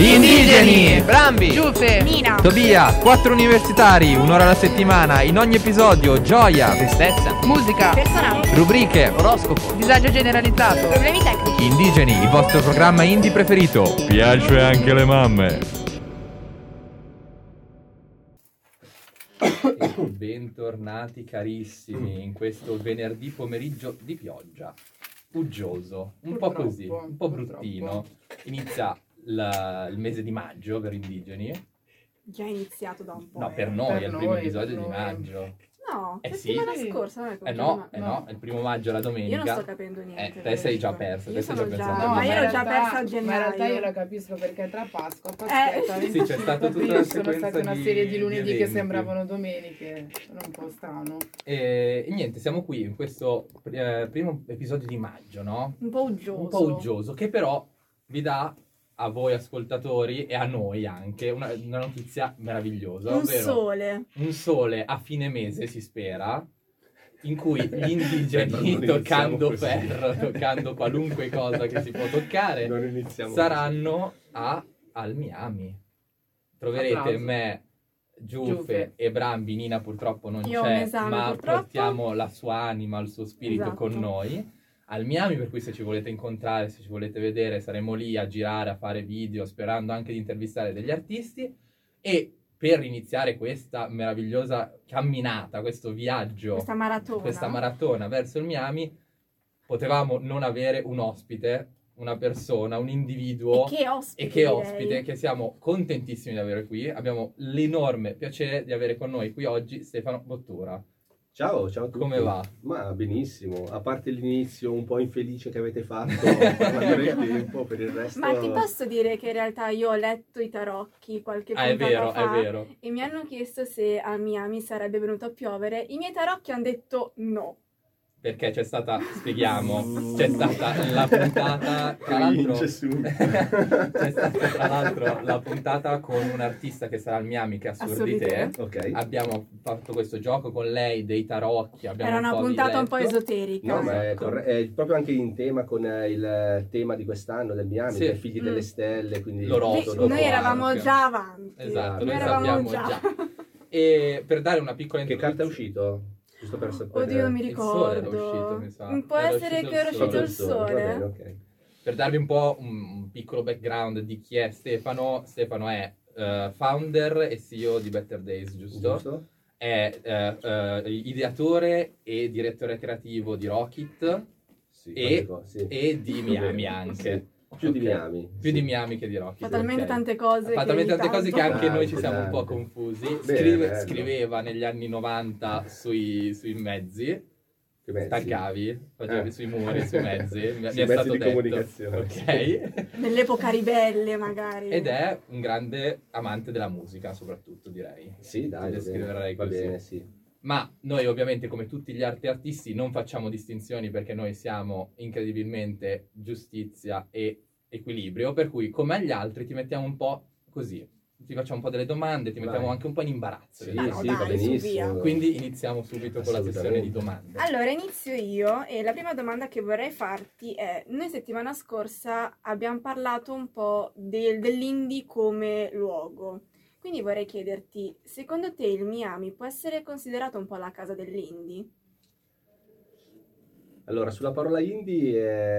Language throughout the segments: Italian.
Indigeni, Brambi, Giuffe, Nina, Tobia, 4 universitari, un'ora alla settimana, in ogni episodio, gioia, tristezza, musica, personaggi, rubriche, oroscopo, disagio generalizzato, problemi tecnici. Indigeni, il vostro programma indie preferito. Piace anche le mamme. Bentornati carissimi in questo venerdì pomeriggio di pioggia, uggioso, un po' così, un po' bruttino. Inizia il mese di maggio per Indigeni. Già iniziato da un po'. No, per noi è il primo noi, episodio per di noi. maggio. No, sì. settimana scorsa non è come No, è il primo maggio la domenica. Io non sto capendo niente. Te sei già persa, Io te stai sono già già... pensando No, a io me. ero già persa a Ma in gennaio. realtà io la capisco perché tra Pasqua e Pasquetta Sì, c'è stata tutta una ci sono sequenza state una di- serie di di lunedì che eventi. sembravano domeniche. Sono un po' strano. E niente, siamo qui in questo primo episodio di maggio, no? Un po' uggioso. Un po' uggioso, che però vi dà a voi ascoltatori e a noi anche una notizia meravigliosa, Un ovvero sole. un sole a fine mese, si spera, in cui gli indigeni, non toccando iniziamo così. ferro, toccando qualunque cosa che si può toccare, Non iniziamo saranno al Miami. Troverete Applauso. me, Giuffe Giuffe. e Brambi. Nina purtroppo non Io ho un c'è, esame, ma purtroppo. portiamo la sua anima, il suo spirito Esatto. con noi al Miami, per cui se ci volete incontrare, se ci volete vedere, saremo lì a girare, a fare video, sperando anche di intervistare degli artisti. E per iniziare questa meravigliosa camminata, questo viaggio, Questa maratona. verso il Miami, potevamo non avere un ospite, una persona, un individuo E che ospite. e che direi. ospite, che siamo contentissimi di avere qui. Abbiamo l'enorme piacere di avere con noi qui oggi Stefano Bottura. Ciao a tutti. Come va? Ma benissimo, a parte l'inizio un po' infelice che avete fatto parlando del tempo, per il resto... Ma ti posso dire che in realtà io ho letto i tarocchi qualche Ah, è puntata vero, fa è vero. e mi hanno chiesto se a Miami sarebbe venuto a piovere. I miei tarocchi hanno detto no. Perché c'è stata, spieghiamo, c'è stata la puntata, tra l'altro, Cringe subito. c'è stata tra l'altro la puntata con un artista che sarà al Miami, che è Assurdité. Ok. Abbiamo fatto questo gioco con lei, dei tarocchi, abbiamo Era un una po' puntata un po' letto. esoterica. No, ma è, Esatto. è proprio anche in tema con il tema di quest'anno del Miami, Sì. che è Figli Mm. delle Stelle, quindi... L'oroscopo. Noi eravamo anche. già avanti. Esatto, Noi noi eravamo sappiamo già. E per dare una piccola Che carta è introduzione- uscito? Giusto per sapere. Oddio, non mi Il sole era ricordo. uscito, mi sa. Può Era essere uscito che era il uscito sole. il sole. Va bene, ok. Per darvi un po' un piccolo background di chi è Stefano è founder e CEO di Better Days, giusto? È ideatore e direttore creativo di Rocket Sì, E- sì. e di Miami Sì. anche. Più di Ok. Miami. Più sì. di Miami che di Rocket. Fa talmente ok. tante cose. Fa talmente tante cose che anche noi ci siamo un po' Tante. confusi. Bene, bello. Scriveva negli anni 90 sui mezzi. Che mezzi? Staccavi, facevi sui muri, sui mezzi. Mi Sui è mezzi stato di detto. comunicazione. Ok. Nell'epoca ribelle, magari. Ed è un grande amante della musica, soprattutto, direi. Sì, dai, Ti va bene, descriverei va così. bene, sì. Ma noi ovviamente, come tutti gli artisti, non facciamo distinzioni, perché noi siamo incredibilmente giustizia e equilibrio, per cui come agli altri ti mettiamo un po' così. Ti facciamo un po' delle domande, ti mettiamo Vai. anche un po' in imbarazzo. Sì, diciamo. sì, dai, va su, benissimo. via. Quindi iniziamo subito con la sessione di Assolutamente. domande. Allora inizio io e la prima domanda che vorrei farti è: noi settimana scorsa abbiamo parlato un po' dell'indie come luogo, quindi vorrei chiederti, secondo te il Miami può essere considerato un po' la casa dell'indie? Allora, sulla parola indie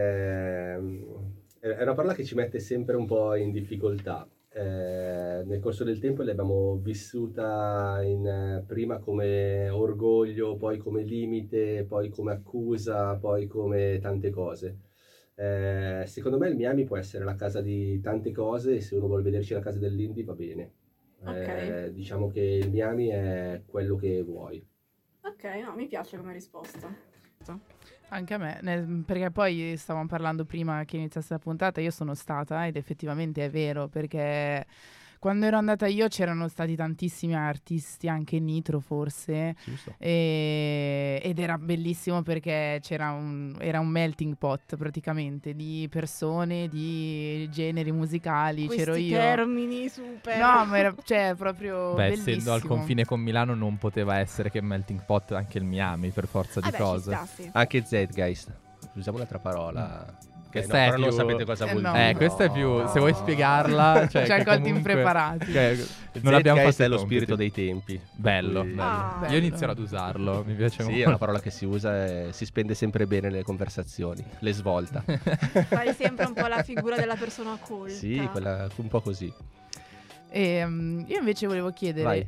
è una parola che ci mette sempre un po' in difficoltà. Nel corso del tempo l'abbiamo vissuta prima come orgoglio, poi come limite, poi come accusa, poi come tante cose. Secondo me il Miami può essere la casa di tante cose e se uno vuole vederci la casa dell'indie va bene. Ok. Diciamo che il Miami è quello che vuoi. Ok, no, mi piace come risposta. Anche a me, perché poi stavamo parlando prima che iniziasse la puntata, io sono stata ed effettivamente è vero, perché quando ero andata io c'erano stati tantissimi artisti, anche Nitro forse, Giusto. ed era bellissimo perché era un melting pot praticamente di persone, di generi musicali, c'ero Questi io. termini super. No, ma era proprio Beh, bellissimo. essendo al confine con Milano non poteva essere che melting pot anche il Miami, per forza di Vabbè, ci cose. sta, sì. Anche Zeitgeist, usiamo un'altra parola. Questa è però non più- sapete cosa vuol no. dire. Questa è più, No. se vuoi spiegarla, cioè Ci ha che colti comunque- impreparati. che non l'abbiamo Zeitgeist fatto è i lo compiti. spirito dei tempi. Bello, Per cui- bello. Ah. Io Bello. inizierò ad usarlo, mi piace Sì, molto. è una parola che si usa e si spende sempre bene nelle conversazioni. Le svolta. Fai sempre un po' la figura della persona colta. Sì, un po' così. Io invece volevo chiedere,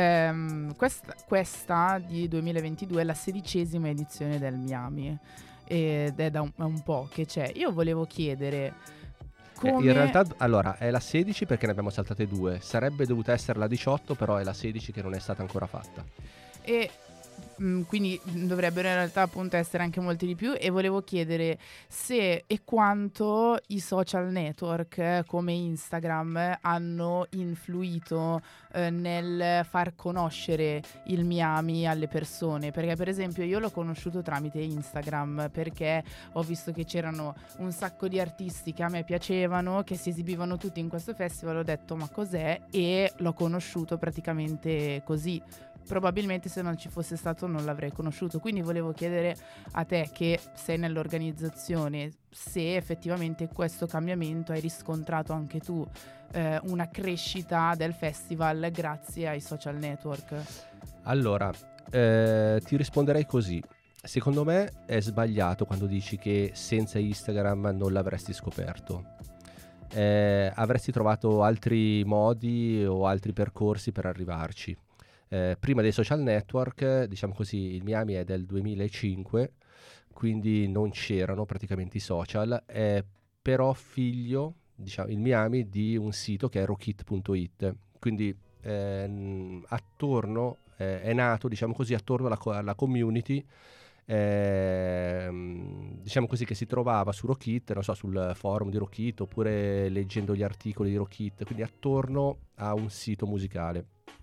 questa di 2022 è la 16ª edizione del Miami ed è da un po' che c'è. Io volevo chiedere come... In realtà, allora, è la 16 perché ne abbiamo saltate 2. Sarebbe dovuta essere la 18, però è la 16 che non è stata ancora fatta. E quindi dovrebbero in realtà appunto essere anche molti di più, e volevo chiedere se e quanto i social network come Instagram hanno influito nel far conoscere il Miami alle persone, perché per esempio io l'ho conosciuto tramite Instagram perché ho visto che c'erano un sacco di artisti che a me piacevano, che si esibivano tutti in questo festival, ho detto ma cos'è, e l'ho conosciuto praticamente così. Probabilmente se non ci fosse stato non l'avrei conosciuto, quindi volevo chiedere a te che sei nell'organizzazione se effettivamente questo cambiamento hai riscontrato anche tu una crescita del festival grazie ai social network. Allora, ti risponderei così. Secondo me è sbagliato quando dici che senza Instagram non l'avresti scoperto. Avresti trovato altri modi o altri percorsi per arrivarci. Prima dei social network, diciamo così, il Miami è del 2005, quindi non c'erano praticamente i social, però figlio, diciamo, il Miami di un sito che è rockit.it, quindi attorno, è nato, diciamo così, attorno alla community, diciamo così, che si trovava su Rockit, non so, sul forum di Rockit oppure leggendo gli articoli di Rockit, quindi attorno a un sito musicale.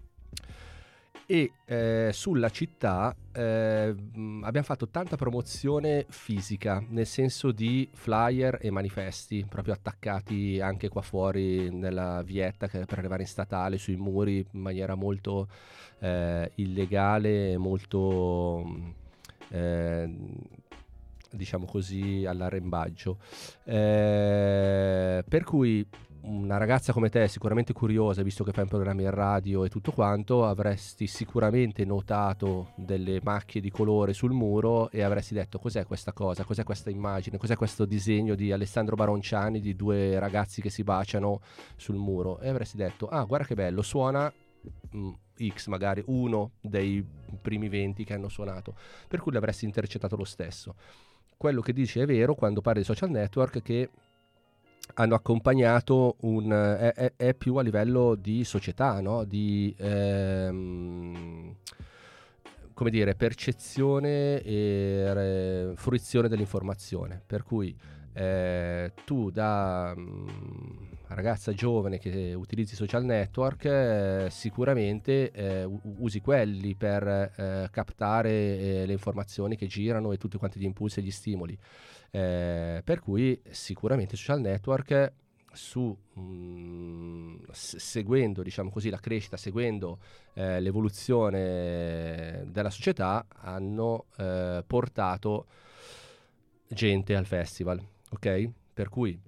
E sulla città abbiamo fatto tanta promozione fisica, nel senso di flyer e manifesti proprio attaccati anche qua fuori nella vietta per arrivare in statale, sui muri, in maniera molto illegale, molto diciamo così all'arrembaggio, per cui una ragazza come te, sicuramente curiosa, visto che fai un programma in radio e tutto quanto, avresti sicuramente notato delle macchie di colore sul muro e avresti detto: cos'è questa cosa, cos'è questa immagine, cos'è questo disegno di Alessandro Baronciani di due ragazzi che si baciano sul muro, e avresti detto: ah, guarda che bello, suona X, magari uno dei primi 20 che hanno suonato, per cui l'avresti intercettato lo stesso. Quello che dici è vero quando parli di social network, che hanno accompagnato è più a livello di società, no? Di come dire, percezione e fruizione dell'informazione, per cui tu da ragazza giovane che utilizzi social network sicuramente usi quelli per captare le informazioni che girano e tutti quanti gli impulsi e gli stimoli. Per cui sicuramente i social network, seguendo, diciamo così, la crescita, seguendo l'evoluzione della società, hanno portato gente al festival, ok? Per cui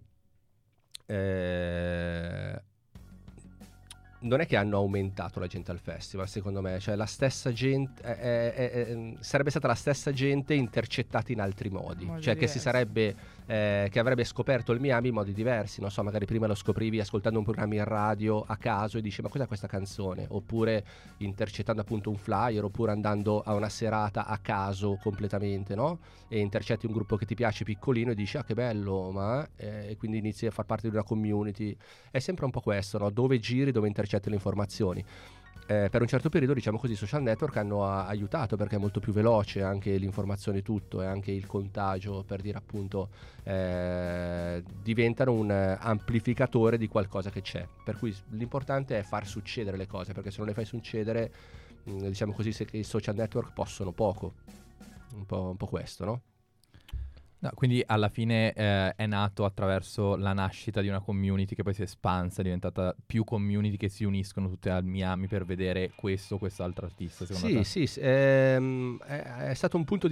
non è che hanno aumentato la gente al festival, secondo me, cioè la stessa gente sarebbe stata la stessa gente intercettata in altri modi, cioè diversi. che si sarebbe che avrebbe scoperto il Miami in modi diversi, non so, magari prima lo scoprivi ascoltando un programma in radio a caso e dici: ma cos'è questa canzone? Oppure intercettando appunto un flyer, oppure andando a una serata a caso completamente, no? E intercetti un gruppo che ti piace piccolino e dici: ah, che bello, ma e quindi inizi a far parte di una community. È sempre un po' questo, no? Dove giri, dove intercetti le informazioni. Per un certo periodo, diciamo così, i social network hanno aiutato, perché è molto più veloce anche l'informazione, tutto, e anche il contagio, per dire appunto, diventano un amplificatore di qualcosa che c'è, per cui l'importante è far succedere le cose, perché se non le fai succedere, diciamo così, se i social network possono poco, un po' questo, no? No, quindi alla fine è nato attraverso la nascita di una community che poi si è espansa, è diventata più community che si uniscono tutte a Miami per vedere quest'altro artista, secondo te? Sì, è stato un punto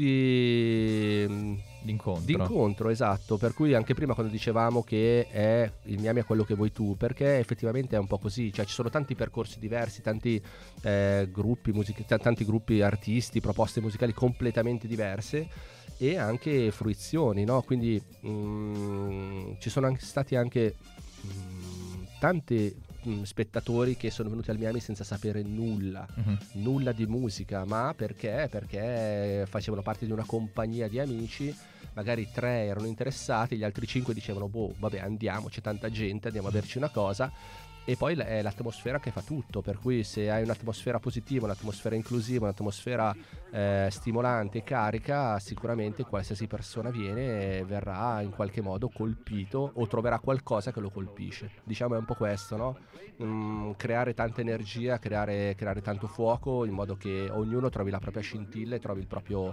d'incontro, esatto, per cui anche prima quando dicevamo che è il Miami è quello che vuoi tu, perché effettivamente è un po' così, cioè ci sono tanti percorsi diversi, tanti tanti gruppi artisti, proposte musicali completamente diverse e anche fruizioni, no? Quindi ci sono stati anche tanti spettatori che sono venuti al Miami senza sapere nulla di musica, ma perché facevano parte di una compagnia di amici, magari 3 erano interessati, gli altri 5 dicevano boh, vabbè, andiamo, c'è tanta gente, andiamo a berci una cosa. E poi è l'atmosfera che fa tutto, per cui se hai un'atmosfera positiva, un'atmosfera inclusiva, un'atmosfera stimolante, carica, sicuramente qualsiasi persona viene verrà in qualche modo colpito o troverà qualcosa che lo colpisce. Diciamo è un po' questo, no? Creare tanta energia, creare tanto fuoco in modo che ognuno trovi la propria scintilla e trovi il proprio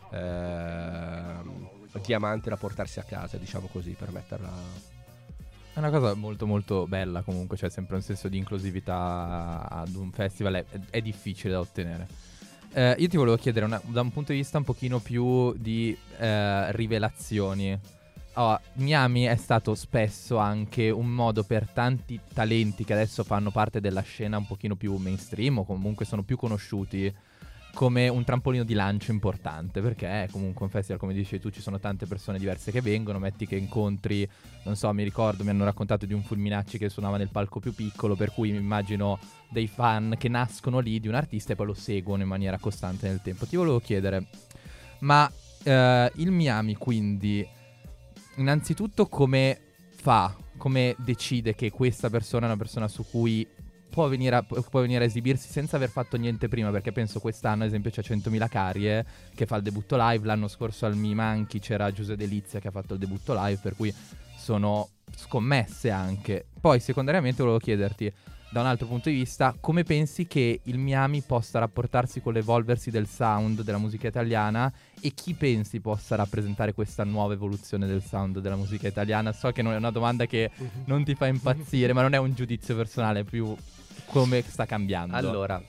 diamante da portarsi a casa, diciamo così, per metterla... È una cosa molto molto bella comunque, c'è sempre un senso di inclusività ad un festival, è difficile da ottenere. Io ti volevo chiedere da un punto di vista un pochino più di rivelazioni. Miami è stato spesso anche un modo per tanti talenti che adesso fanno parte della scena un pochino più mainstream o comunque sono più conosciuti come un trampolino di lancio importante, perché comunque un festival, come dici tu, ci sono tante persone diverse che vengono, metti che incontri, non so, mi hanno raccontato di un Fulminacci che suonava nel palco più piccolo, per cui mi immagino dei fan che nascono lì di un artista e poi lo seguono in maniera costante nel tempo. Ti volevo chiedere, ma il Miami quindi innanzitutto come decide che questa persona è una persona su cui può venire a esibirsi senza aver fatto niente prima? Perché penso quest'anno, ad esempio, c'è 100.000 Carie che fa il debutto live, l'anno scorso al Mi Manchi c'era Giuseppe Delizia che ha fatto il debutto live, per cui sono scommesse anche. Poi secondariamente volevo chiederti, da un altro punto di vista, come pensi che il Miami possa rapportarsi con l'evolversi del sound della musica italiana e chi pensi possa rappresentare questa nuova evoluzione del sound della musica italiana? So che non è una domanda che non ti fa impazzire, ma non è un giudizio personale, è più come sta cambiando. Allora,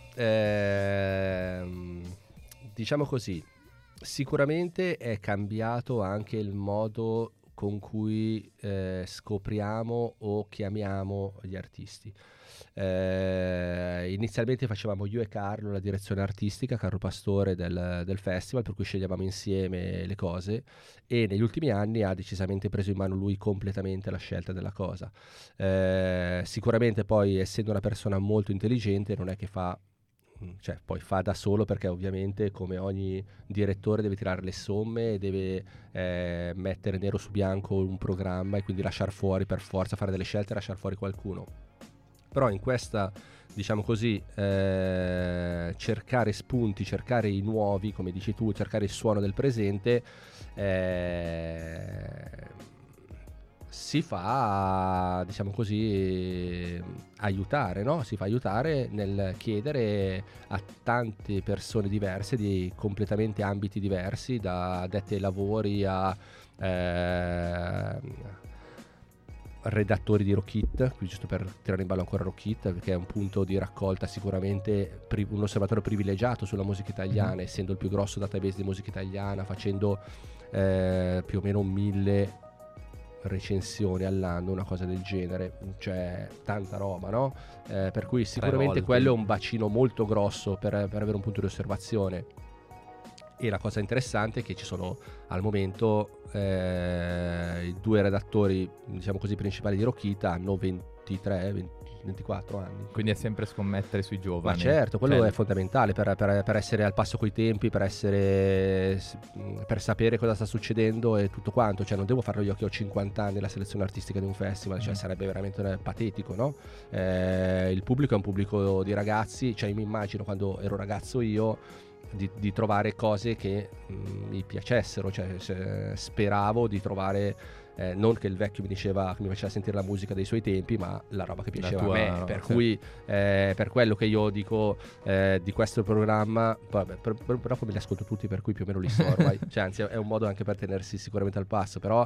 diciamo così, sicuramente è cambiato anche il modo con cui scopriamo o chiamiamo gli artisti. Inizialmente facevamo io e Carlo la direzione artistica, Carlo Pastore del festival, per cui sceglievamo insieme le cose, e negli ultimi anni ha decisamente preso in mano lui completamente la scelta della cosa. Sicuramente poi, essendo una persona molto intelligente, non è che poi fa da solo, perché ovviamente come ogni direttore deve tirare le somme, deve mettere nero su bianco un programma e quindi lasciare fuori, per forza fare delle scelte e lasciare fuori qualcuno. Però in questa, diciamo così, cercare spunti, cercare i nuovi, come dici tu, cercare il suono del presente, si fa, diciamo così, aiutare, no? Si fa aiutare nel chiedere a tante persone diverse, di completamente ambiti diversi, da addetti ai lavori a redattori di Rock It, qui giusto per tirare in ballo ancora Rock It, perché è un punto di raccolta sicuramente, un osservatorio privilegiato sulla musica italiana, essendo il più grosso database di musica italiana, facendo più o meno 1000 recensioni all'anno, una cosa del genere, cioè tanta roba, no? Per cui sicuramente quello è un bacino molto grosso per avere un punto di osservazione. E la cosa interessante è che ci sono al momento i 2 redattori, diciamo così, principali di Rock It hanno 24 anni. Quindi è sempre scommettere sui giovani. Ma certo, quello è fondamentale per essere al passo coi tempi, per sapere cosa sta succedendo e tutto quanto. Cioè non devo farlo io che ho 50 anni la selezione artistica di un festival, cioè sarebbe veramente patetico, no? Il pubblico è un pubblico di ragazzi, cioè mi immagino quando ero ragazzo io di trovare cose che mi piacessero, cioè speravo di trovare non che il vecchio mi diceva che mi faceva sentire la musica dei suoi tempi, ma la roba che piaceva a me, roba, per sì. cui per quello che io dico di questo programma, vabbè, però poi me li ascolto tutti, per cui più o meno li so ormai, cioè, anzi è un modo anche per tenersi sicuramente al passo, però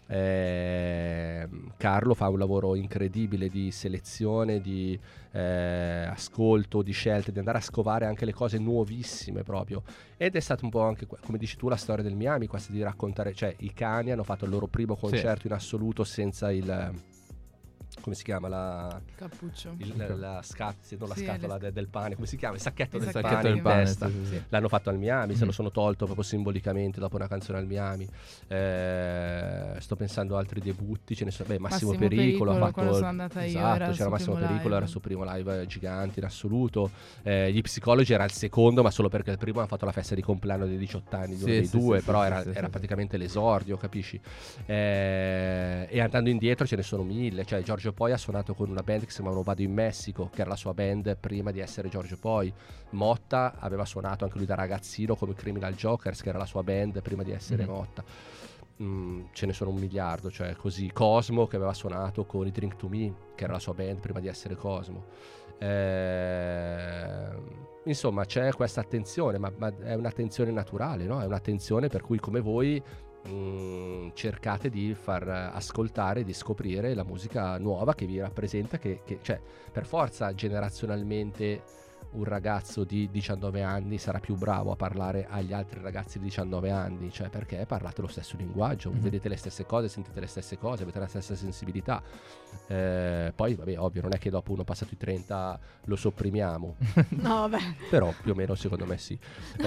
Carlo fa un lavoro incredibile di selezione, di ascolto, di scelte, di andare a scovare anche le cose nuovissime proprio, ed è stato un po' anche come dici tu la storia del Miami, questa di raccontare, cioè i Cani hanno fatto il loro primo concerto in assoluto senza il, come si chiama, la Cappuccio. la non la Sì, scatola del pane, come si chiama? Il sacchetto Il del sacchetto pane del in pane, testa. sì. L'hanno fatto al Miami, se lo sono tolto proprio simbolicamente dopo una canzone al Miami. Sto pensando a altri debutti, ce ne sono, Massimo Pericolo ha fatto, quando sono andata io, esatto, era il c'era suo Massimo primo Pericolo, live. era il suo primo live gigante in assoluto. Gli Psicologi era il secondo, ma solo perché il primo ha fatto la festa di compleanno dei 18 anni di uno dei due, però era praticamente l'esordio, capisci? E andando indietro ce ne sono mille, cioè Giorgio Poi ha suonato con una band che si chiamava Vado in Messico, che era la sua band prima di essere Giorgio Poi. Motta aveva suonato anche lui da ragazzino come Criminal Jokers, che era la sua band prima di essere Motta. Ce ne sono un miliardo, cioè così. Cosmo, che aveva suonato con i Drink to Me, che era la sua band prima di essere Cosmo. Insomma, c'è questa attenzione, ma è un'attenzione naturale, no? È un'attenzione per cui, come voi, cercate di far ascoltare, di scoprire la musica nuova che vi rappresenta, che cioè, per forza generazionalmente un ragazzo di 19 anni sarà più bravo a parlare agli altri ragazzi di 19 anni, cioè perché parlate lo stesso linguaggio, vedete le stesse cose, sentite le stesse cose, avete la stessa sensibilità. Poi vabbè, ovvio, non è che dopo uno passato i 30 lo sopprimiamo. No, vabbè. Però più o meno secondo me sì. No,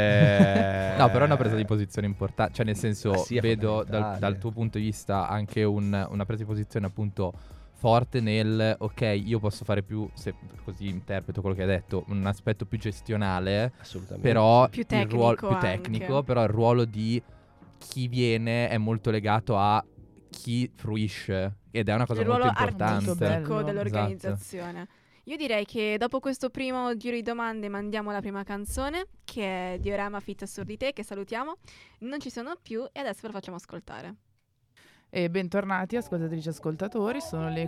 però è una presa di posizione importante, cioè nel senso, sì, è vedo fondamentale. dal tuo punto di vista anche una presa di posizione appunto forte nel, ok, io posso fare più, se così interpreto quello che hai detto, un aspetto più gestionale, Assolutamente. però Più il ruolo più tecnico tecnico, anche. però il ruolo di chi viene è molto legato a chi fruisce, ed è una cosa Il molto ruolo importante. Molto bello. artistico dell'organizzazione. Io direi che dopo questo primo giro di domande mandiamo la prima canzone, che è Diorama Fit Assurdité, che salutiamo. Non ci sono più e adesso ve la facciamo ascoltare. E bentornati ascoltatrici e ascoltatori, sono le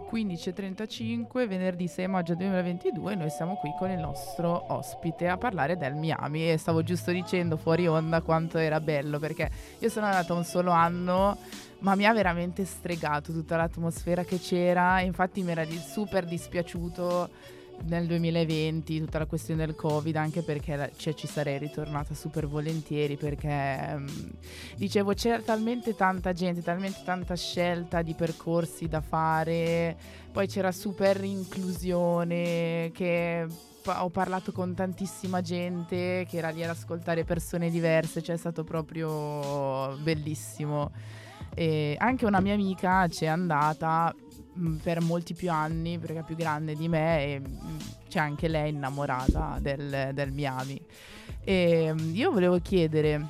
15.35, venerdì 6 maggio 2022 e noi siamo qui con il nostro ospite a parlare del Miami, e stavo giusto dicendo fuori onda quanto era bello, perché io sono andata un solo anno, ma mi ha veramente stregato tutta l'atmosfera che c'era, infatti mi era super dispiaciuto nel 2020 tutta la questione del Covid, anche perché ci sarei ritornata super volentieri, perché dicevo c'era talmente tanta gente, talmente tanta scelta di percorsi da fare, poi c'era super inclusione, che ho parlato con tantissima gente che era lì ad ascoltare persone diverse, cioè è stato proprio bellissimo. E anche una mia amica c'è andata per molti più anni, perché è più grande di me, e c'è anche lei innamorata del Miami. E io volevo chiedere,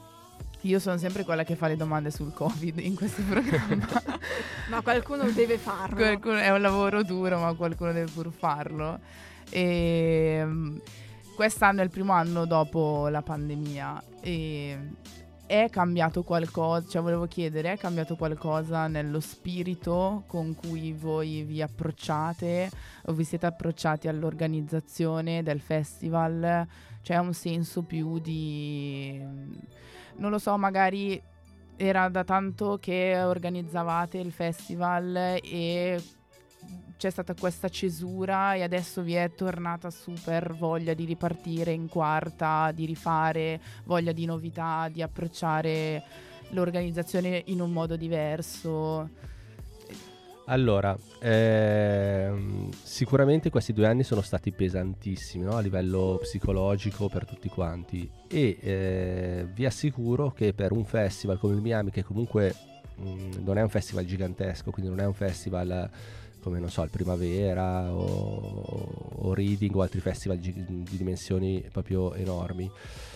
io sono sempre quella che fa le domande sul Covid in questo programma. Ma qualcuno deve farlo. È un lavoro duro, ma qualcuno deve pur farlo. E quest'anno è il primo anno dopo la pandemia, e è cambiato qualcosa, cioè volevo chiedere, è cambiato qualcosa nello spirito con cui voi vi approcciate o vi siete approcciati all'organizzazione del festival? C'è un senso più di, non lo so, magari era da tanto che organizzavate il festival e c'è stata questa cesura e adesso vi è tornata super voglia di ripartire in quarta, di rifare, voglia di novità, di approcciare l'organizzazione in un modo diverso. Allora, sicuramente questi 2 anni sono stati pesantissimi, no? A livello psicologico per tutti quanti, e vi assicuro che per un festival come il Miami, che comunque non è un festival gigantesco, quindi non è un festival come, non so, il Primavera o Reading o altri festival di dimensioni proprio enormi,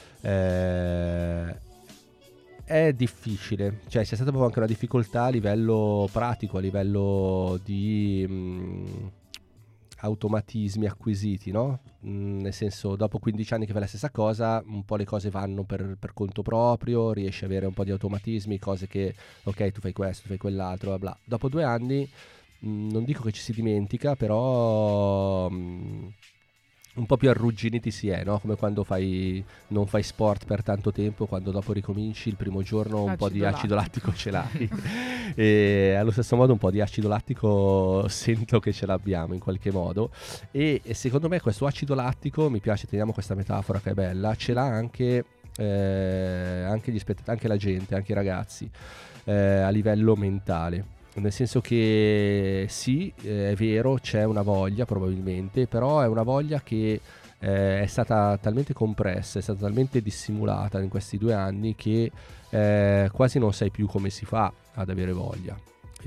è difficile, cioè c'è stata proprio anche una difficoltà a livello pratico, a livello di automatismi acquisiti, no? Nel senso, dopo 15 anni che fai la stessa cosa, un po' le cose vanno per conto proprio, riesci ad avere un po' di automatismi, cose che, ok, tu fai questo, tu fai quell'altro, bla bla. Dopo 2 anni, non dico che ci si dimentica, però un po' più arrugginiti si è, no? Come quando non fai sport per tanto tempo, quando dopo ricominci il primo giorno un po' di acido lattico ce l'hai. E allo stesso modo un po' di acido lattico sento che ce l'abbiamo in qualche modo, e secondo me questo acido lattico, mi piace, teniamo questa metafora che è bella, ce l'ha anche anche la gente, anche i ragazzi, a livello mentale. Nel senso che sì, è vero, c'è una voglia probabilmente, però è una voglia che è stata talmente compressa, è stata talmente dissimulata in questi 2 anni che quasi non sai più come si fa ad avere voglia.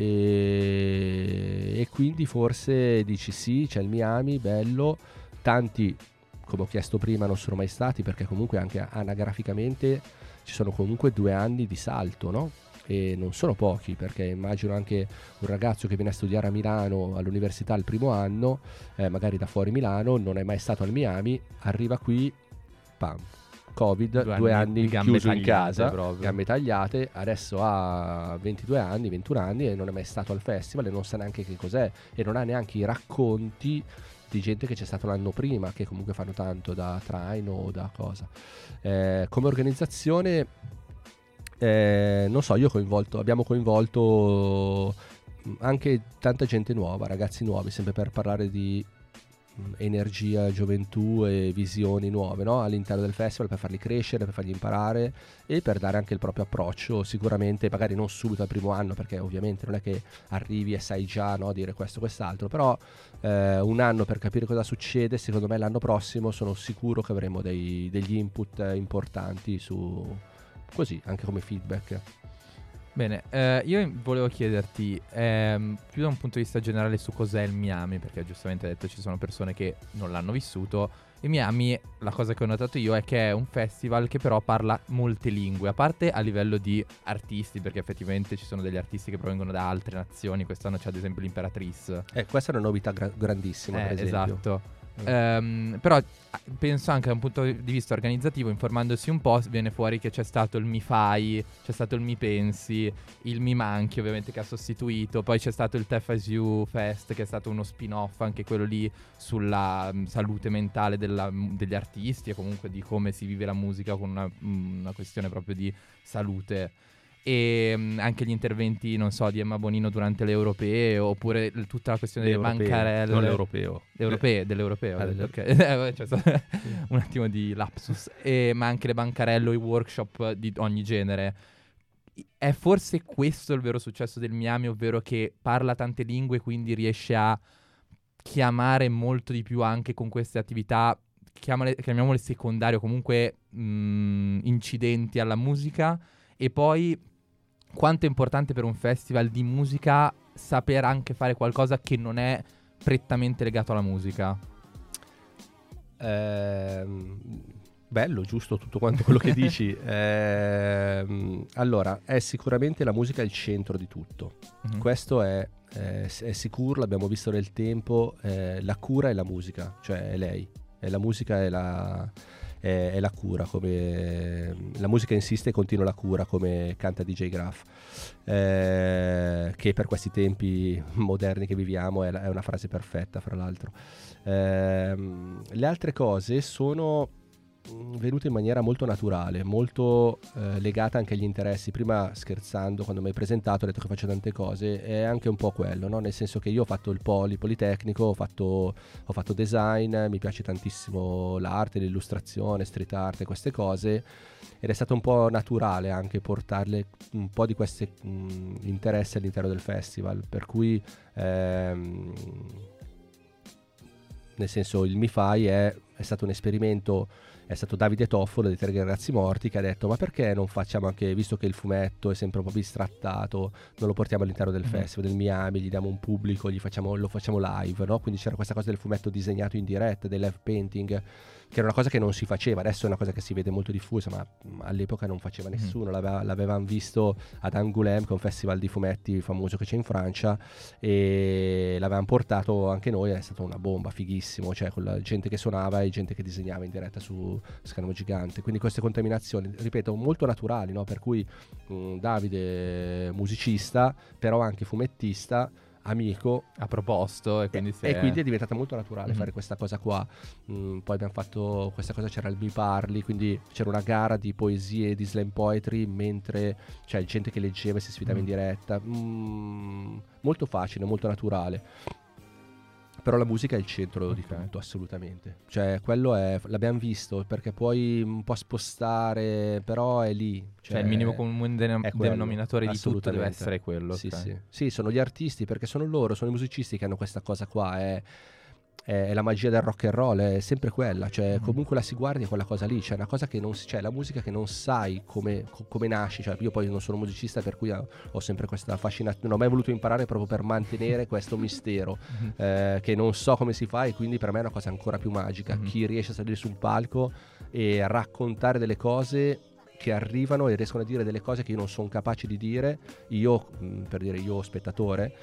E quindi forse dici sì, c'è il Miami, bello, tanti, come ho chiesto prima, non sono mai stati, perché comunque anche anagraficamente ci sono comunque 2 anni di salto, no? E non sono pochi, perché immagino anche un ragazzo che viene a studiare a Milano all'università il primo anno, magari da fuori Milano, non è mai stato al Miami, arriva qui, pam, Covid, 2 anni chiuso in casa, proprio. Gambe tagliate, adesso ha 22 anni, 21 anni e non è mai stato al festival e non sa neanche che cos'è, e non ha neanche i racconti di gente che c'è stato l'anno prima, che comunque fanno tanto da traino o da cosa. Come organizzazione, non so, abbiamo coinvolto anche tanta gente nuova, ragazzi nuovi, sempre per parlare di energia, gioventù e visioni nuove, no? All'interno del festival, per farli crescere, per farli imparare e per dare anche il proprio approccio, sicuramente magari non subito al primo anno, perché ovviamente non è che arrivi e sai già, no, dire questo quest'altro, però 1 anno per capire cosa succede. Secondo me l'anno prossimo sono sicuro che avremo degli input importanti su, così, anche come feedback. Bene, io volevo chiederti più da un punto di vista generale su cos'è il Miami, perché giustamente hai detto ci sono persone che non l'hanno vissuto. Il Miami, la cosa che ho notato io è che è un festival che però parla molte lingue, a parte a livello di artisti, perché effettivamente ci sono degli artisti che provengono da altre nazioni. Quest'anno c'è ad esempio l'Imperatrice. Questa è una novità grandissima, per esempio. Esatto. Però penso anche da un punto di vista organizzativo, informandosi un po', viene fuori che c'è stato il Mi Fai, c'è stato il Mi Pensi, il Mi Manchi ovviamente che ha sostituito, poi c'è stato il TFSU Fest che è stato uno spin-off anche quello lì sulla salute mentale degli artisti e comunque di come si vive la musica con una questione proprio di salute. E anche gli interventi, non so, di Emma Bonino durante le europee, oppure tutta la questione delle bancarelle. Non l'europeo. Dell'europeo. Okay. C'è stato un attimo di lapsus. Ma anche le bancarelle o i workshop di ogni genere. È forse questo il vero successo del Miami, ovvero che parla tante lingue, quindi riesce a chiamare molto di più anche con queste attività, chiamiamole secondarie o comunque incidenti alla musica. E poi quanto è importante per un festival di musica saper anche fare qualcosa che non è prettamente legato alla musica. Bello, giusto tutto quanto quello che dici. Allora, è sicuramente la musica il centro di tutto. Mm-hmm. Questo è sicuro, l'abbiamo visto nel tempo. La cura è la musica, cioè è lei. La musica è la cura, come la musica insiste e continua la cura, come canta DJ Graf, che per questi tempi moderni che viviamo è una frase perfetta, fra l'altro. Le altre cose sono venute in maniera molto naturale, molto legata anche agli interessi. Prima, scherzando, quando mi hai presentato, ho detto che faccio tante cose, è anche un po' quello, no? Nel senso che io ho fatto il Politecnico, ho fatto design, mi piace tantissimo l'arte, l'illustrazione, street art e queste cose, ed è stato un po' naturale anche portarle un po' di questi interessi all'interno del festival, per cui nel senso il Mi Fai è stato un esperimento. è stato Davide Toffolo dei Tre Ragazzi Morti, che ha detto: ma perché non facciamo anche, visto che il fumetto è sempre un po' bistrattato, non lo portiamo all'interno del festival del Miami, gli diamo un pubblico, lo facciamo live, no? Quindi c'era questa cosa del fumetto disegnato in diretta, del live painting, che era una cosa che non si faceva. Adesso è una cosa che si vede molto diffusa, ma all'epoca non faceva nessuno. L'avevamo visto ad Angoulême, che è un festival di fumetti famoso che c'è in Francia, e l'avevamo portato anche noi, è stata una bomba, fighissimo, cioè con la gente che suonava e gente che disegnava in diretta su schermo gigante. Quindi queste contaminazioni, ripeto, molto naturali, no? Per cui Davide musicista, però anche fumettista, amico, ha proposto, e quindi è diventata molto naturale fare questa cosa qua. Poi abbiamo fatto questa cosa, c'era il Mi Parli, quindi c'era una gara di poesie, di slam poetry, mentre c'è gente che leggeva e si sfidava in diretta. Molto facile, molto naturale. Però la musica è il centro di tutto, assolutamente. Cioè, quello l'abbiamo visto, perché puoi un po' spostare, però è lì. Cioè il minimo comune denominatore di tutto deve essere quello. Sì, sono gli artisti, perché sono i musicisti che hanno questa cosa qua. È la magia del rock and roll, è sempre quella. Cioè, comunque la si guardi, è quella cosa lì. C'è una cosa che non si, cioè la musica che non sai come nasce. Cioè, io poi non sono musicista, per cui ho sempre questa fascinazione. Non ho mai voluto imparare proprio per mantenere questo mistero, che non so come si fa, e quindi per me è una cosa ancora più magica. Chi riesce a salire su un palco e a raccontare delle cose che arrivano e riescono a dire delle cose che io non sono capace di dire, io spettatore,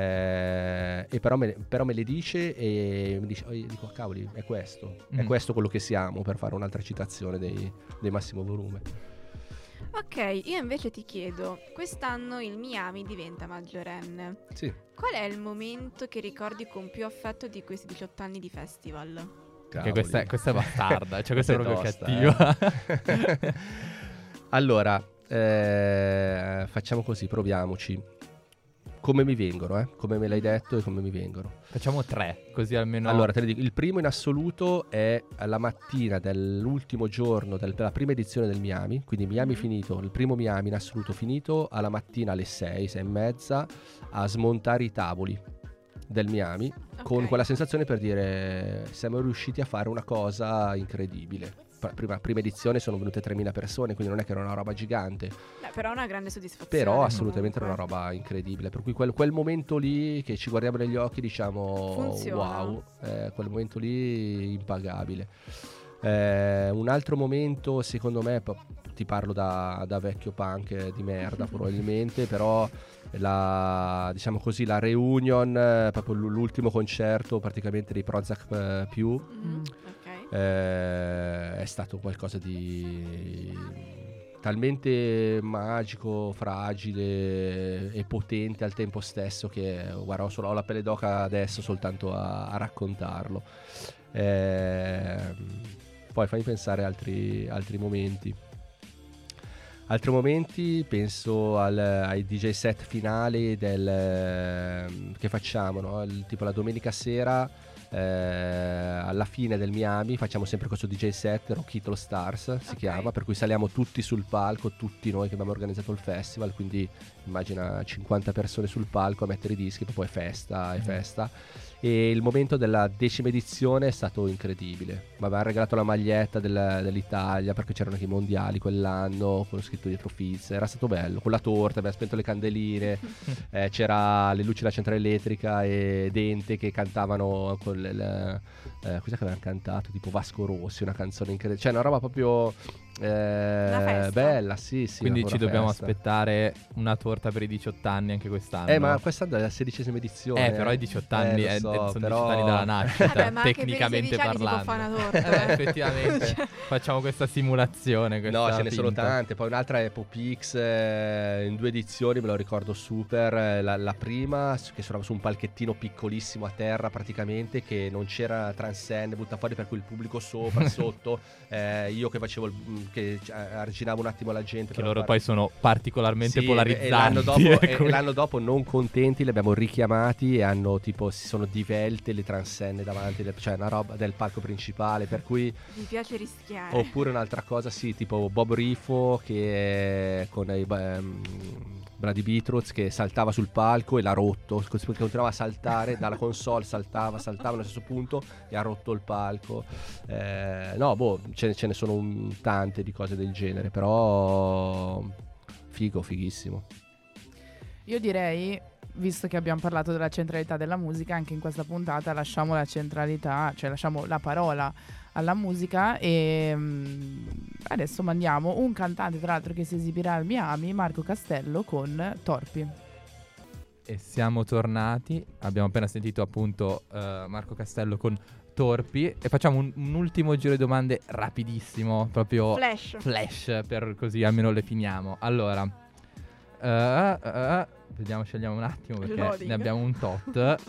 e però me le dice, e mi dice, io dico, cavoli, è questo quello che siamo, per fare un'altra citazione dei Massimo Volume. Ok, io invece ti chiedo, quest'anno il Miami diventa maggiorenne. Sì. Qual è il momento che ricordi con più affetto di questi 18 anni di festival? Che questa è bastarda, cioè questa è proprio tosta, cattiva. Allora, facciamo così, proviamoci. Come mi vengono, come me l'hai detto e come mi vengono. Facciamo 3, così almeno. Allora, te ne dico, il primo in assoluto è la mattina dell'ultimo giorno della prima edizione del Miami, quindi Miami finito, il primo Miami in assoluto finito, alla mattina alle 6:30, a smontare i tavoli del Miami, con quella sensazione, per dire, siamo riusciti a fare una cosa incredibile. Prima edizione sono venute 3.000 persone, quindi non è che era una roba gigante. Però è una grande soddisfazione. Però assolutamente era una roba incredibile. Per cui quel momento lì, che ci guardiamo negli occhi, diciamo funziona. Wow, quel momento lì impagabile. Un altro momento, secondo me, ti parlo da vecchio punk di merda probabilmente, però diciamo così, la reunion, proprio l'ultimo concerto praticamente dei Prozac più. È stato qualcosa di talmente magico, fragile e potente al tempo stesso, che guarda, ho la pelle d'oca adesso soltanto a raccontarlo. Poi fammi pensare altri momenti. Altri momenti, penso ai DJ set finali che facciamo, no? Tipo la domenica sera, alla fine del Miami facciamo sempre questo DJ set, Rockito Stars si chiama, per cui saliamo tutti sul palco, tutti noi che abbiamo organizzato il festival, quindi immagina 50 persone sul palco a mettere i dischi, poi è festa. E il momento della 10ª edizione è stato incredibile. Mi avevano regalato la maglietta dell'Italia, perché c'erano anche i mondiali quell'anno, con scritto dietro Fizz. Era stato bello, con la torta, abbiamo spento le candeline, c'era le luci della centrale elettrica e Dente che cantavano con cos'è che avevano cantato? Tipo Vasco Rossi, una canzone incredibile, cioè una roba proprio bella, sì. Quindi ci dobbiamo aspettare una torta per i 18 anni anche quest'anno. Ma quest'anno è la 16ª edizione. Però i 18 anni sono 18 anni dalla nascita. Vabbè, ma tecnicamente anche per i 16 anni parlando. si può fare una torta. Effettivamente. Facciamo questa simulazione. No, ce ne sono tante. Poi un'altra è Popix, in 2 edizioni, me lo ricordo super. La prima, che suonava su un palchettino piccolissimo a terra praticamente, che non c'era transcend, butta fuori, per cui il pubblico sopra, sotto, io che facevo che arginavo un attimo la gente, che loro poi sono particolarmente polarizzanti, e l'anno dopo non contenti li abbiamo richiamati, e hanno tipo si sono divelte le transenne davanti, cioè una roba del palco principale, per cui mi piace rischiare. Oppure un'altra cosa, sì, tipo Bob Rifo, che con Brady Beatruz che saltava sul palco e l'ha rotto, continuava a saltare dalla console, saltava allo stesso punto e ha rotto il palco. Ce ne sono tante di cose del genere, però fighissimo. Io direi, visto che abbiamo parlato della centralità della musica, anche in questa puntata lasciamo la centralità, cioè lasciamo la parola alla musica e adesso mandiamo un cantante tra l'altro che si esibirà al Miami, Marco Castello con Torpi. E siamo tornati, abbiamo appena sentito appunto Marco Castello con Torpi e facciamo un ultimo giro di domande rapidissimo, proprio flash per così almeno le finiamo. Allora, vediamo, scegliamo un attimo perché Loading. ne abbiamo un tot.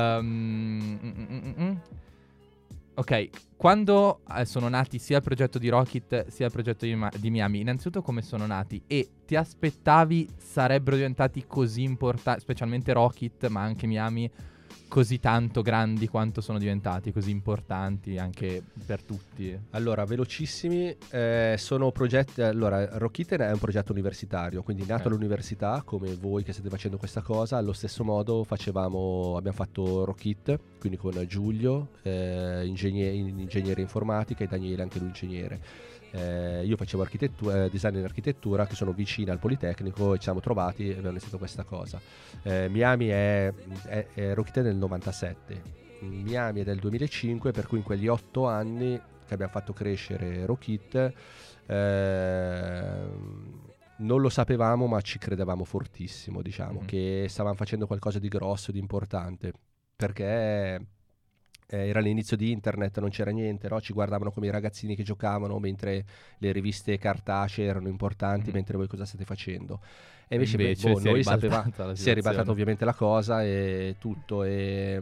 Ok, quando sono nati sia il progetto di Rockit sia il progetto di Miami, innanzitutto come sono nati e ti aspettavi sarebbero diventati così importanti, specialmente Rockit ma anche Miami, così tanto grandi quanto sono diventati, così importanti anche per tutti? Allora, velocissimi, sono progetti. Allora, Rockit è un progetto universitario, quindi nato all'università, come voi che state facendo questa cosa. Allo stesso modo abbiamo fatto Rockit, quindi con Giulio, ingegnere informatica, e Daniele, anche lui ingegnere. Io facevo design in architettura, che sono vicina al Politecnico, e ci siamo trovati e abbiamo iniziato questa cosa. Miami è Rockit nel 97, Miami è del 2005, per cui in quegli 8 anni che abbiamo fatto crescere Rockit non lo sapevamo ma ci credevamo fortissimo, diciamo, che stavamo facendo qualcosa di grosso, di importante, perché era l'inizio di internet, non c'era niente, no? Ci guardavano come i ragazzini che giocavano, mentre le riviste cartacee erano importanti, mentre voi cosa state facendo? E invece noi sapevamo, si è ribaltata ovviamente la cosa e tutto, e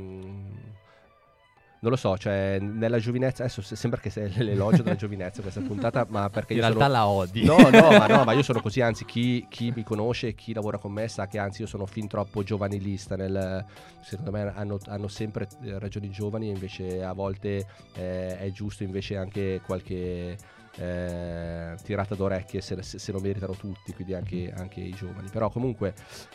non lo so, cioè nella giovinezza, adesso sembra che sia l'elogio della giovinezza questa puntata, ma perché in realtà la odi. No, ma io sono così, anzi chi mi conosce, chi lavora con me sa che anzi io sono fin troppo giovanilista, secondo me hanno sempre ragioni giovani, e invece a volte è giusto invece anche qualche tirata d'orecchie se lo meritano tutti, quindi anche i giovani. Però comunque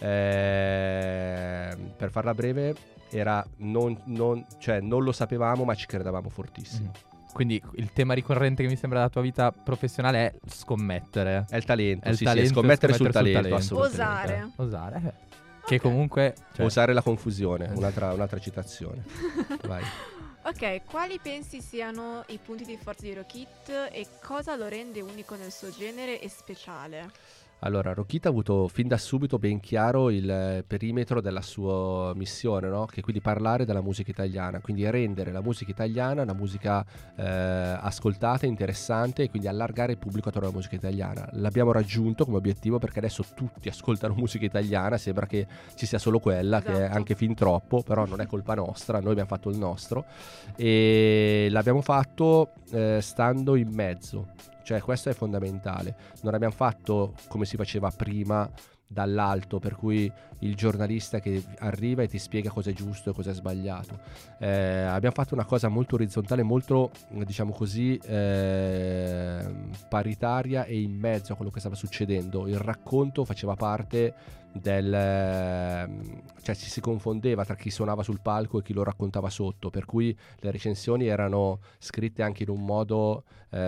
per farla breve era non lo sapevamo ma ci credevamo fortissimo. Quindi il tema ricorrente che mi sembra della tua vita professionale è scommettere. È il talento, è il sì, talento, scommettere sul talento, assolutamente. Osare. Che comunque usare la confusione, un'altra citazione. Vai. Ok, quali pensi siano i punti di forza di Rockit e cosa lo rende unico nel suo genere e speciale? Allora, Rockit ha avuto fin da subito ben chiaro il perimetro della sua missione, no? Che è quindi parlare della musica italiana, quindi rendere la musica italiana una musica ascoltata, interessante, e quindi allargare il pubblico attorno alla musica italiana. L'abbiamo raggiunto come obiettivo, perché adesso tutti ascoltano musica italiana, sembra che ci sia solo quella, esatto, che è anche fin troppo, però non è colpa nostra, noi abbiamo fatto il nostro e l'abbiamo fatto stando in mezzo. Cioè questo è fondamentale, non abbiamo fatto come si faceva prima dall'alto, per cui il giornalista che arriva e ti spiega cosa è giusto e cosa è sbagliato. Abbiamo fatto una cosa molto orizzontale, molto, diciamo così, paritaria e in mezzo a quello che stava succedendo. Il racconto faceva parte cioè ci si confondeva tra chi suonava sul palco e chi lo raccontava sotto, per cui le recensioni erano scritte anche in un modo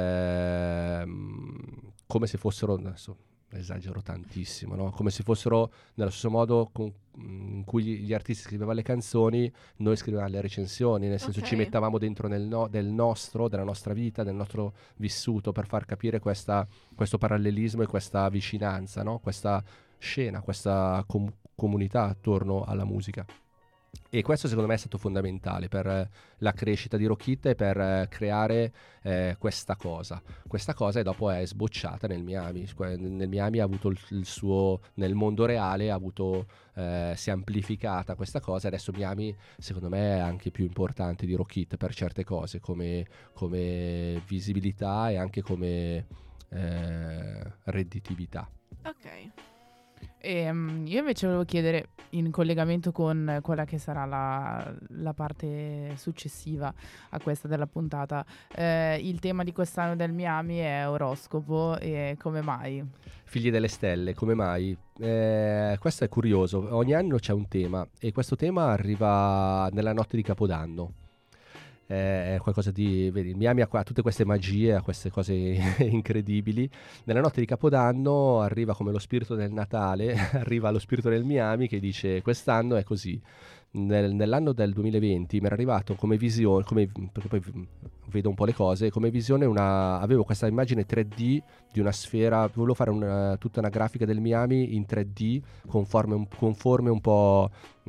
come se fossero, adesso esagero tantissimo, no? Come se fossero nello stesso modo in cui gli artisti scrivevano le canzoni, noi scrivevamo le recensioni, nel senso ci mettavamo dentro della nostra vita, del nostro vissuto, per far capire questo parallelismo e questa vicinanza, no? Questa scena, questa comunità attorno alla musica. E questo secondo me è stato fondamentale per la crescita di Rockit e per creare questa cosa e dopo è sbocciata nel Miami. Nel Miami ha avuto il suo, nel mondo reale si è amplificata questa cosa, adesso Miami secondo me è anche più importante di Rockit per certe cose, come visibilità e anche come redditività. Ok. Io invece volevo chiedere, in collegamento con quella che sarà la parte successiva a questa della puntata, il tema di quest'anno del Miami è oroscopo, e come mai? Figli delle stelle, come mai? Questo è curioso, ogni anno c'è un tema e questo tema arriva nella notte di Capodanno. È qualcosa di, vedi, il Miami ha tutte queste magie, ha queste cose incredibili. Nella notte di Capodanno arriva come lo spirito del Natale, arriva lo spirito del Miami che dice quest'anno è così. Nell'anno del 2020 mi era arrivato come visione, perché poi vedo un po' le cose, come visione avevo questa immagine 3D di una sfera, volevo fare tutta una grafica del Miami in 3D con forme un po'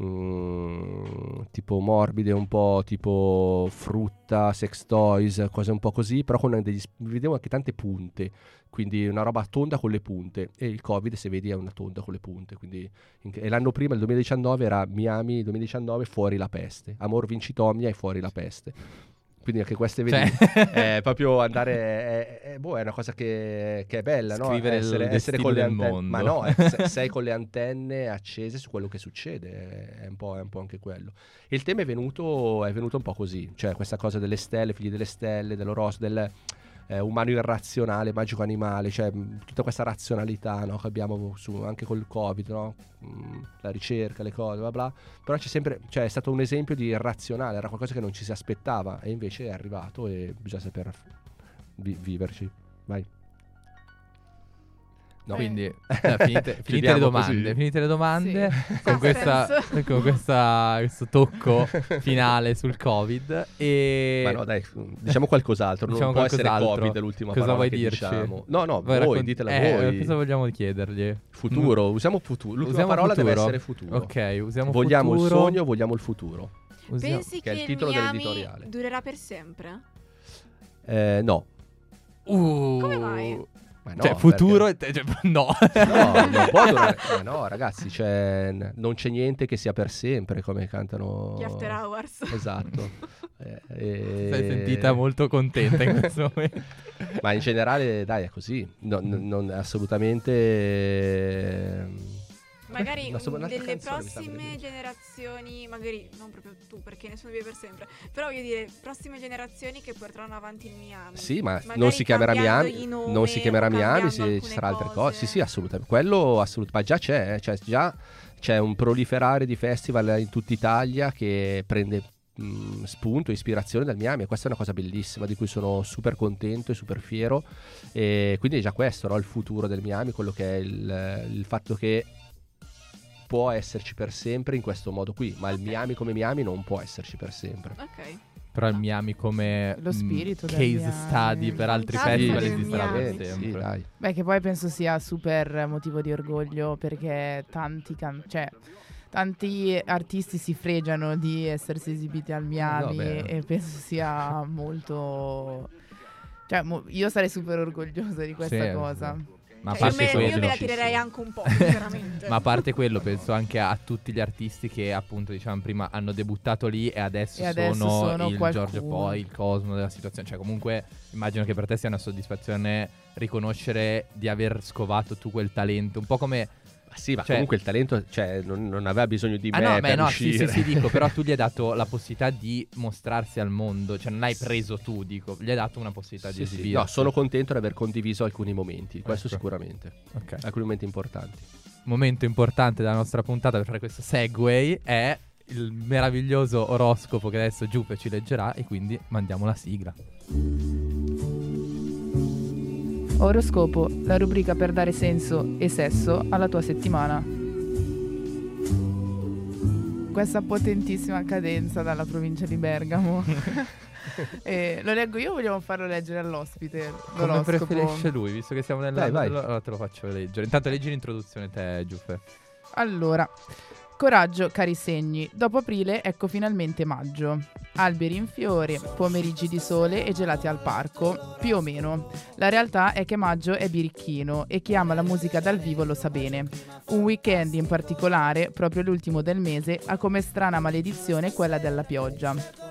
tipo morbide, un po' tipo frutta, sex toys, cose un po' così, però vedevo anche tante punte, quindi una roba tonda con le punte, e il Covid, se vedi, è una tonda con le punte, quindi e l'anno prima, il 2019, era Miami 2019 fuori la peste, Amor vincitomia e fuori la peste. Quindi anche queste, vedi, è proprio andare, è una cosa che è bella, no? Scrivere essere con le antenne, mondo. ma no, sei con le antenne accese su quello che succede, è un po' anche quello. E il tema è venuto un po' così, cioè questa cosa delle stelle, figli delle stelle, dell'oroscopo, del umano irrazionale, magico animale, cioè tutta questa razionalità, no, che abbiamo anche col Covid, no? La ricerca, le cose, bla bla, però c'è sempre, cioè è stato un esempio di irrazionale, era qualcosa che non ci si aspettava e invece è arrivato e bisogna saper viverci. Vai. No. Quindi finite le domande Sì. con questo tocco finale sul Covid. Ma no, dai, diciamo qualcos'altro. Diciamo non può essere qualcos'altro. Covid l'ultima Cosa parola vuoi che dirci? diciamo. No, ditela voi. Cosa vogliamo chiedergli? Futuro, usiamo futuro. L'ultima parola deve essere futuro. Ok, usiamo vogliamo futuro. il sogno, vogliamo il futuro. Pensi che è che il titolo Miami dell'editoriale. durerà per sempre? No. Come mai? Ma no, Cioè, futuro no. No, non può durare. Ma no, ragazzi, non c'è niente che sia per sempre, come cantano Gli After Hours. Esatto. Sei sentita molto contenta in questo momento. Ma in generale, dai, è così. Non assolutamente. Magari un'altra delle canzone mi sta prossime venendo. generazioni, magari non proprio tu perché nessuno vive per sempre, però voglio dire prossime generazioni che porteranno avanti il Miami. Sì, ma Magari non si chiamerà Miami, cambiandogli nome non si chiamerà o Miami, cambiando ci sarà altre alcune cose. Sì, assolutamente. Quello assolutamente, ma già cioè già c'è un proliferare di festival in tutta Italia che prende spunto e ispirazione dal Miami, e questa è una cosa bellissima di cui sono super contento e super fiero, e quindi è già questo, no? Il futuro del Miami, quello che è il fatto che può esserci per sempre in questo modo qui, ma il Miami come Miami non può esserci per sempre. Ok. Però il Miami come Lo spirito del case Miami. study per altri Fantasma festival del esisterà per Miami. sempre. Sì, dai. Beh, che poi penso sia super motivo di orgoglio, perché tanti artisti si fregiano di essersi esibiti al Miami, beh. e penso sia molto... Cioè, io sarei super orgogliosa di questa Sì, cosa. Ma a Cioè, parte io quello, me la tirerei anche un po', sinceramente. ma a parte quello, penso anche a tutti gli artisti che, appunto, diciamo prima, hanno debuttato lì e adesso sono il qualcuno. Giorgio Poi, il Cosmo della situazione. Cioè, comunque, immagino che per te sia una soddisfazione riconoscere di aver scovato tu quel talento. Un po' come... Sì, ma Cioè- comunque il talento, cioè, non aveva bisogno di me no, per no, uscire. sì, dico, però tu gli hai dato la possibilità di mostrarsi al mondo. Cioè, non hai preso tu, dico, gli hai dato una possibilità di Sì, sì. esibirsi. No, sono contento di aver condiviso alcuni momenti, questo Ecco. sicuramente. Ok. Alcuni momenti importanti. Momento importante della nostra puntata per fare questo segue è il meraviglioso oroscopo che adesso Giuppe ci leggerà, e quindi mandiamo la sigla. Oroscopo, la rubrica per dare senso e sesso alla tua settimana. Questa potentissima cadenza dalla provincia di Bergamo. Lo leggo io o vogliamo farlo leggere all'ospite? Come l'oroscopo? preferisce lui, visto che siamo nella... Vai. Allora te lo faccio leggere. Intanto leggi l'introduzione te, Giuppe. Allora, coraggio cari segni, dopo aprile ecco finalmente maggio. Alberi in fiore, pomeriggi di sole e gelati al parco, più o meno. La realtà è che maggio è birichino e chi ama la musica dal vivo lo sa bene. Un weekend in particolare, proprio l'ultimo del mese, ha come strana maledizione quella della pioggia.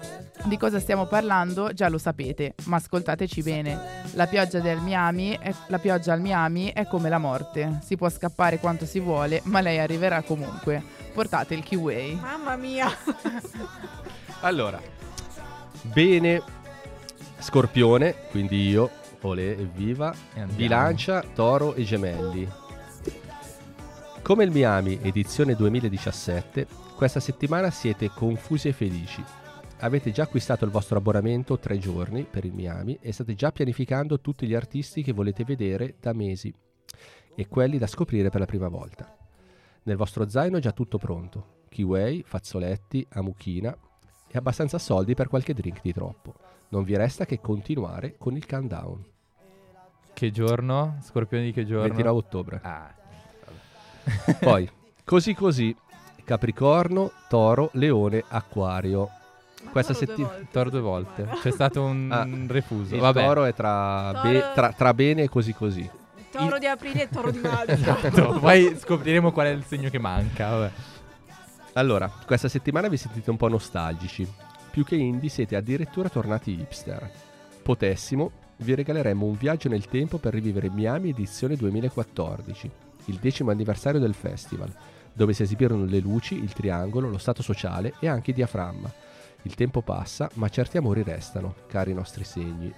Di cosa stiamo parlando già lo sapete, ma ascoltateci bene. La pioggia al Miami è come la morte. Si può scappare quanto si vuole, ma lei arriverà comunque. Portate il Kiwi. Mamma mia. Allora, bene, Scorpione, quindi io, olè, evviva, E andiamo. Bilancia, Toro e Gemelli. Come il Miami edizione 2017, questa settimana siete confusi e felici. Avete già acquistato il vostro abbonamento 3 giorni per il Miami e state già pianificando tutti gli artisti che volete vedere da mesi e quelli da scoprire per la prima volta. Nel vostro zaino è già tutto pronto. Kiwi, fazzoletti, amuchina e abbastanza soldi per qualche drink di troppo. Non vi resta che continuare con il countdown. Che giorno? Scorpione di che giorno? 29 ottobre. Ah, Poi, così, Capricorno, Toro, Leone, Acquario. Ma Questa Toro settimana... Toro 2 volte. C'è stato un refuso. Il Vabbè. Toro è tra, Toro- tra bene e così. Toro di aprile e toro di maggio. Esatto. Poi scopriremo qual è il segno che manca. Vabbè. Allora, questa settimana vi sentite un po' nostalgici. Più che indie siete addirittura tornati hipster. Potessimo, vi regaleremmo un viaggio nel tempo per rivivere Miami edizione 2014, il 10° anniversario del festival, dove si esibirono le luci, il triangolo, lo stato sociale e anche il diaframma. Il tempo passa, ma certi amori restano, cari nostri segni.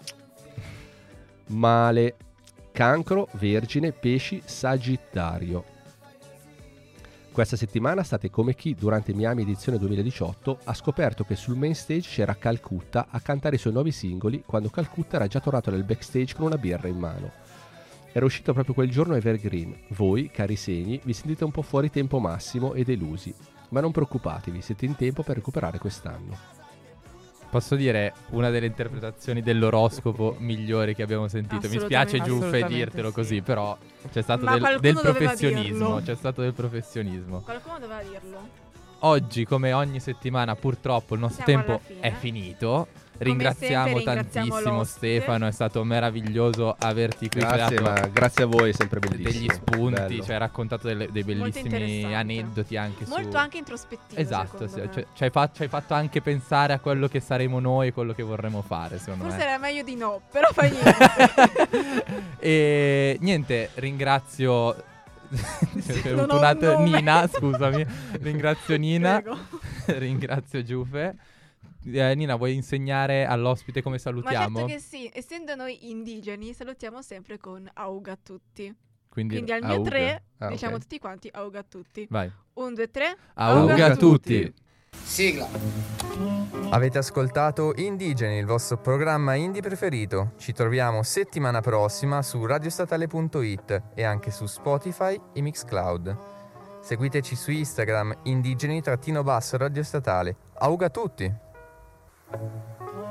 Male. Cancro, Vergine, Pesci, Sagittario. Questa settimana state come chi durante Miami edizione 2018 ha scoperto che sul main stage c'era Calcutta a cantare i suoi nuovi singoli quando Calcutta era già tornato nel backstage con una birra in mano. Era uscito proprio quel giorno Evergreen. Voi, cari segni, vi sentite un po' fuori tempo massimo e delusi, ma non preoccupatevi, siete in tempo per recuperare quest'anno. Posso dire una delle interpretazioni dell'oroscopo migliori che abbiamo sentito. Mi spiace Giuffe Assolutamente dirtelo sì. così, però c'è stato Ma del qualcuno doveva professionismo. dirlo. C'è stato del professionismo. Qualcuno doveva dirlo. Oggi, come ogni settimana, purtroppo il nostro Siamo tempo alla fine. è finito. Come Ringraziamo sempre ringraziamo tantissimo l'ospite. Stefano, è stato meraviglioso averti qui. Grazie, ci ha dato ma grazie a voi, è sempre bellissimo. degli spunti, Bello. ci hai raccontato dei bellissimi interessante. aneddoti anche su... Molto anche introspettivo. Esatto, secondo me. ci hai fatto anche pensare a quello che saremo noi e quello che vorremmo fare, secondo Forse me. era meglio di no, però fa niente. E niente, ringrazio Non ho un nome. Nina, scusami. Ringrazio Nina, Prego. ringrazio Giuffe. Nina, vuoi insegnare all'ospite come Ma salutiamo? certo che sì, essendo noi indigeni salutiamo sempre con auga a tutti. Quindi Quindi al mio auga. 3 Ah, diciamo ok. tutti quanti auga a tutti. vai. 1, 2, 3. Auga a tutti. Sigla. Avete ascoltato Indigeni, il vostro programma indie preferito. Ci troviamo settimana prossima su radiostatale.it e anche su Spotify e Mixcloud. Seguiteci su Instagram indigeni-radiostatale. Auga a tutti!